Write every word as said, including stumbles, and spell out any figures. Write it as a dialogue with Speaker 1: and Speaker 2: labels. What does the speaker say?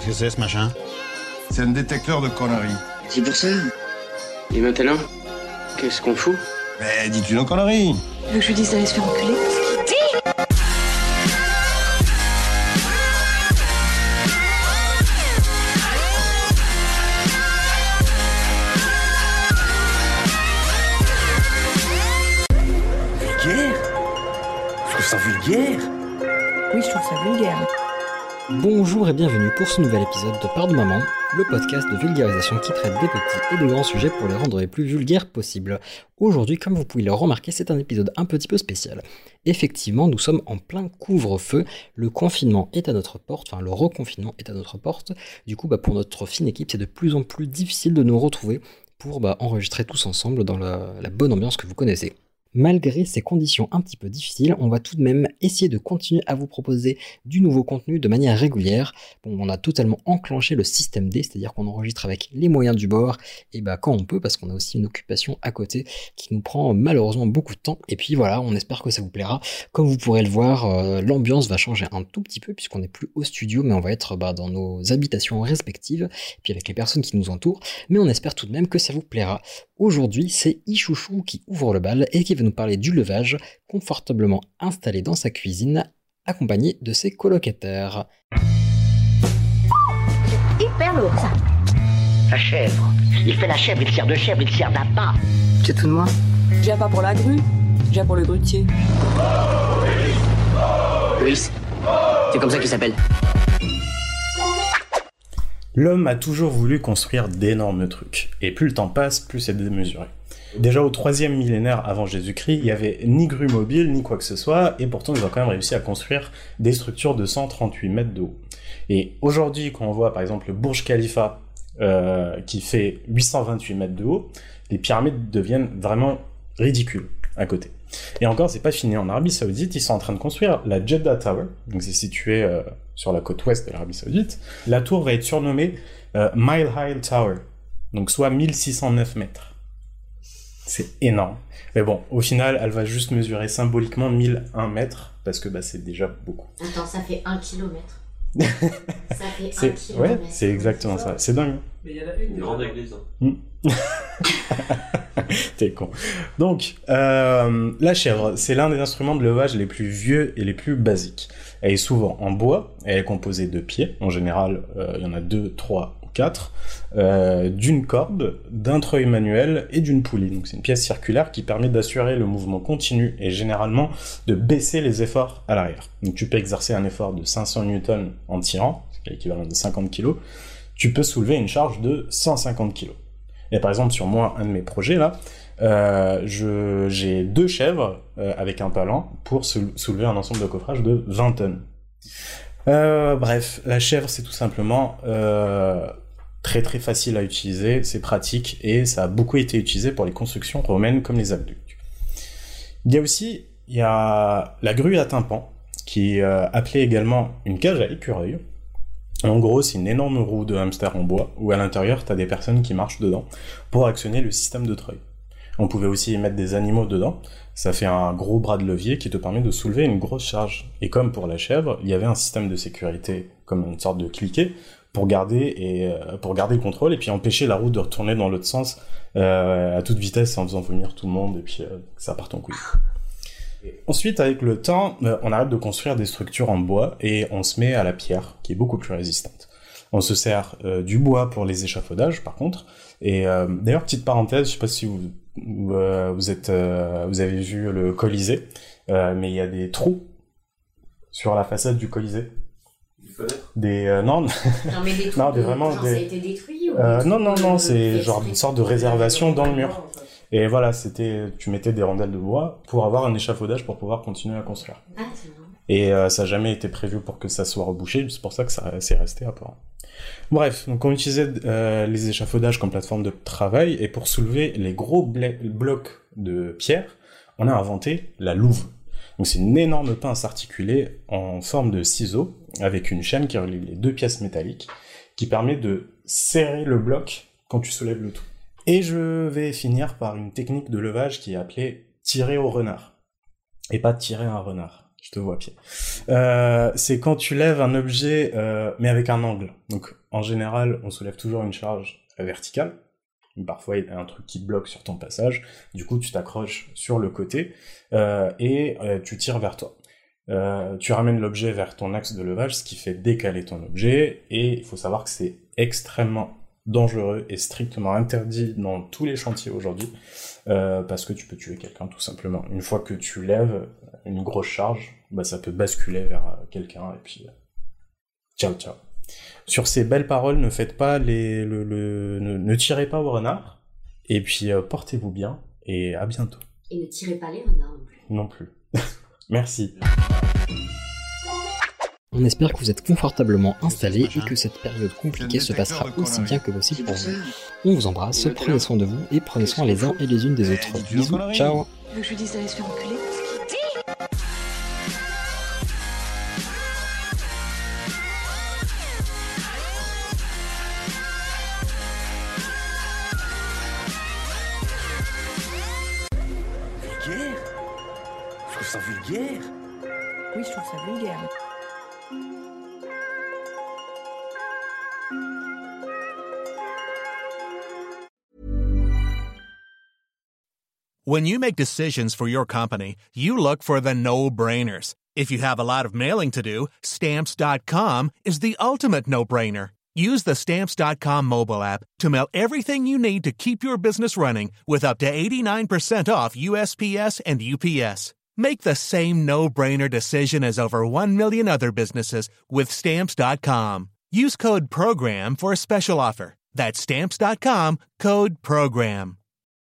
Speaker 1: Qu'est-ce que c'est ce machin?
Speaker 2: C'est un détecteur de conneries.
Speaker 3: C'est pour ça. Et maintenant, qu'est-ce qu'on fout?
Speaker 2: Mais dis-tu nos conneries?
Speaker 4: Tu veux que je lui dise d'aller se faire enculer?
Speaker 5: Vulgaire? Je trouve ça vulgaire.
Speaker 4: Oui, je trouve ça vulgaire.
Speaker 6: Bonjour et bienvenue pour ce nouvel épisode de Pardon Maman, le podcast de vulgarisation qui traite des petits et des grands sujets pour les rendre les plus vulgaires possibles. Aujourd'hui, comme vous pouvez le remarquer, c'est un épisode un petit peu spécial. Effectivement, nous sommes en plein couvre-feu, le confinement est à notre porte, enfin le reconfinement est à notre porte. Du coup, bah, pour notre fine équipe, c'est de plus en plus difficile de nous retrouver pour bah, enregistrer tous ensemble dans la, la bonne ambiance que vous connaissez. Malgré ces conditions un petit peu difficiles, on va tout de même essayer de continuer à vous proposer du nouveau contenu de manière régulière. Bon, on a totalement enclenché le système D, c'est-à-dire qu'on enregistre avec les moyens du bord, et bah quand on peut, parce qu'on a aussi une occupation à côté qui nous prend malheureusement beaucoup de temps. Et puis voilà, on espère que ça vous plaira. Comme vous pourrez le voir, euh, l'ambiance va changer un tout petit peu, puisqu'on n'est plus au studio, mais on va être bah, dans nos habitations respectives, et puis avec les personnes qui nous entourent. Mais on espère tout de même que ça vous plaira. Aujourd'hui, c'est Ichouchou qui ouvre le bal et qui va nous parler du levage, confortablement installé dans sa cuisine, accompagné de ses colocataires.
Speaker 7: C'est hyper lourd, ça.
Speaker 8: La chèvre. Il fait la chèvre, il sert de chèvre, il sert d'appât.
Speaker 7: Tu te fous de moi?
Speaker 4: J'ai pas pour la grue, j'ai pour le grutier.
Speaker 3: Oui, c'est comme ça qu'il s'appelle.
Speaker 9: L'homme a toujours voulu construire d'énormes trucs, et plus le temps passe, plus c'est démesuré. Déjà au troisième millénaire avant Jésus-Christ, il n'y avait ni grue mobile, ni quoi que ce soit, et pourtant ils ont quand même réussi à construire des structures de cent trente-huit mètres de haut. Et aujourd'hui, quand on voit par exemple le Burj Khalifa, euh, qui fait huit cent vingt-huit mètres de haut, les pyramides deviennent vraiment ridicules à côté. Et encore, c'est pas fini. En Arabie Saoudite, ils sont en train de construire la Jeddah Tower, donc c'est situé euh, sur la côte ouest de l'Arabie Saoudite. La tour va être surnommée euh, Mile High Tower, donc soit mille six cent neuf mètres. C'est énorme. Mais bon, au final, elle va juste mesurer symboliquement mille un mètres, parce que bah, c'est déjà beaucoup.
Speaker 10: Attends, ça fait un kilomètre. Ça fait
Speaker 9: c'est...
Speaker 10: un kilomètre.
Speaker 9: Ouais, c'est exactement ça. ça. C'est dingue.
Speaker 11: Mais il y en a une grande église.
Speaker 9: Hein. T'es con. Donc, euh, la chèvre, c'est l'un des instruments de levage les plus vieux et les plus basiques. Elle est souvent en bois, elle est composée de pieds, en général, euh, il y en a deux, trois ou quatre, euh, d'une corde, d'un treuil manuel et d'une poulie. Donc c'est une pièce circulaire qui permet d'assurer le mouvement continu et généralement de baisser les efforts à l'arrière. Donc tu peux exercer un effort de cinq cents newtons en tirant, c'est l'équivalent de cinquante kilos, tu peux soulever une charge de cent cinquante kilos. Et par exemple, sur moi, un de mes projets, là, euh, je, j'ai deux chèvres euh, avec un palan pour sou- soulever un ensemble de coffrage de vingt tonnes. Euh, bref, la chèvre, c'est tout simplement euh, très très facile à utiliser, c'est pratique, et ça a beaucoup été utilisé pour les constructions romaines comme les aqueducs. Il y a aussi il y a la grue à tympan, qui est euh, appelée également une cage à écureuil. En gros, c'est une énorme roue de hamster en bois, où à l'intérieur, t'as des personnes qui marchent dedans pour actionner le système de treuil. On pouvait aussi y mettre des animaux dedans, ça fait un gros bras de levier qui te permet de soulever une grosse charge. Et comme pour la chèvre, il y avait un système de sécurité, comme une sorte de cliquet, pour garder, et, euh, pour garder le contrôle, et puis empêcher la roue de retourner dans l'autre sens, euh, à toute vitesse, en faisant vomir tout le monde, et puis euh, ça part en couille. Ensuite, avec le temps, on arrête de construire des structures en bois et on se met à la pierre, qui est beaucoup plus résistante. On se sert euh, du bois pour les échafaudages, par contre. Et euh, d'ailleurs, petite parenthèse, je sais pas si vous vous, euh, vous êtes, euh, vous avez vu le Colisée, euh, mais il y a des trous sur la façade du Colisée.
Speaker 11: Des fenêtres ?
Speaker 9: Des euh, non,
Speaker 10: non mais des trous.
Speaker 9: non,
Speaker 10: de,
Speaker 9: des, vraiment
Speaker 10: genre
Speaker 9: des.
Speaker 10: Ça a été détruit ou
Speaker 9: Euh, non, non, non,
Speaker 10: de,
Speaker 9: c'est
Speaker 10: de
Speaker 9: genre une sorte de réservation dans le mur. Et voilà, c'était, tu mettais des rondelles de bois pour avoir un échafaudage pour pouvoir continuer à construire.
Speaker 10: Ah, c'est marrant.
Speaker 9: Et euh, ça n'a jamais été prévu pour que ça soit rebouché, c'est pour ça que ça c'est resté apparent. Bref, donc on utilisait euh, les échafaudages comme plateforme de travail, et pour soulever les gros bla- blocs de pierre, on a inventé la louve. Donc c'est une énorme pince articulée en forme de ciseau, avec une chaîne qui relie les deux pièces métalliques, qui permet de serrer le bloc quand tu soulèves le tout. Et je vais finir par une technique de levage qui est appelée tirer au renard. Et pas tirer un renard. Je te vois, pied. Euh, c'est quand tu lèves un objet, euh, mais avec un angle. Donc, en général, on soulève toujours une charge verticale. Parfois, il y a un truc qui bloque sur ton passage. Du coup, tu t'accroches sur le côté euh, et euh, tu tires vers toi. Euh, tu ramènes l'objet vers ton axe de levage, ce qui fait décaler ton objet. Et il faut savoir que c'est extrêmement dangereux et strictement interdit dans tous les chantiers aujourd'hui, euh, parce que tu peux tuer quelqu'un tout simplement. Une fois que tu lèves une grosse charge, bah ça peut basculer vers quelqu'un et puis euh, ciao ciao. Sur ces belles paroles, ne faites pas les, le, le ne, ne tirez pas au renard et puis euh, portez-vous bien et à bientôt.
Speaker 10: Et ne tirez pas les renards non plus.
Speaker 9: Non plus. Merci.
Speaker 6: On espère que vous êtes confortablement installés et que cette période compliquée se passera aussi bien que possible pour vous. On vous embrasse, prenez soin de vous et prenez soin les uns et les unes des autres. Bisous, ciao.
Speaker 4: Tu veux que je lui dise d'aller se faire enculer?
Speaker 5: Vulgaire? Je trouve ça vulgaire.
Speaker 4: Oui, je trouve ça vulgaire.
Speaker 1: When you make decisions for your company, you look for the no-brainers. If you have a lot of mailing to do, Stamps dot com is the ultimate no-brainer. Use the Stamps dot com mobile app to mail everything you need to keep your business running with up to eighty-nine percent off U S P S and U P S. Make the same no-brainer decision as over one million other businesses with Stamps dot com. Use code PROGRAM for a special offer. That's Stamps dot com, code PROGRAM.